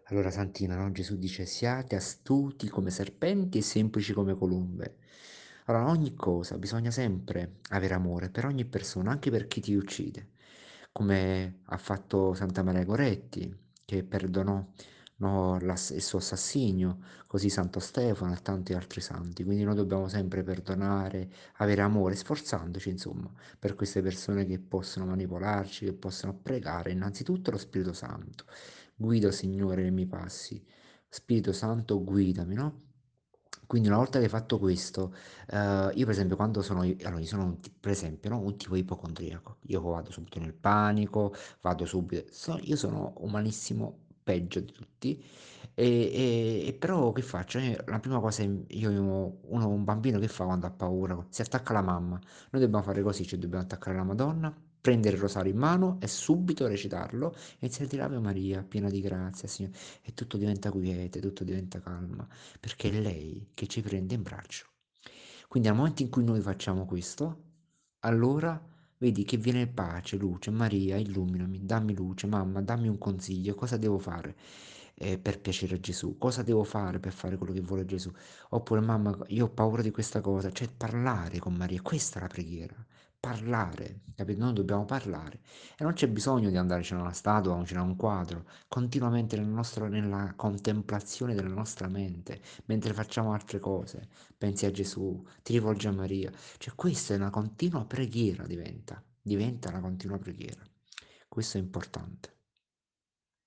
Allora Santina, no, Gesù dice: "Siate astuti come serpenti e semplici come colombe". Allora, ogni cosa bisogna sempre avere amore per ogni persona, anche per chi ti uccide, come ha fatto Santa Maria Goretti, che perdonò, no, il suo assassinio, così Santo Stefano e tanti altri santi. Quindi noi dobbiamo sempre perdonare, avere amore, sforzandoci, insomma, per queste persone che possono manipolarci, che possono pregare innanzitutto lo Spirito Santo. Guida, Signore, nei miei passi. Spirito Santo, guidami, no? Quindi una volta che hai fatto questo, io per esempio quando sono, allora io sono per esempio, no, un tipo ipocondriaco, io vado subito nel panico, vado subito, io sono umanissimo, peggio di tutti, e però che faccio? La prima cosa, un bambino che fa quando ha paura? Si attacca alla mamma, noi dobbiamo fare così, cioè dobbiamo attaccare la Madonna, prendere il rosario in mano e subito recitarlo e iniziare a dire Ave Maria, piena di grazia, Signore, e tutto diventa quiete, tutto diventa calma perché è lei che ci prende in braccio. Quindi al momento in cui noi facciamo questo, allora vedi che viene pace, luce, Maria, illuminami, dammi luce, mamma, dammi un consiglio, cosa devo fare per piacere a Gesù, cosa devo fare per fare quello che vuole Gesù. Oppure mamma, io ho paura di questa cosa, cioè parlare con Maria, questa è la preghiera. Parlare, capito? Noi dobbiamo parlare e non c'è bisogno di andarcene a una statua o a un quadro, continuamente nella contemplazione della nostra mente, mentre facciamo altre cose, pensi a Gesù, ti rivolgi a Maria, cioè questa è una continua preghiera diventa una continua preghiera. Questo è importante.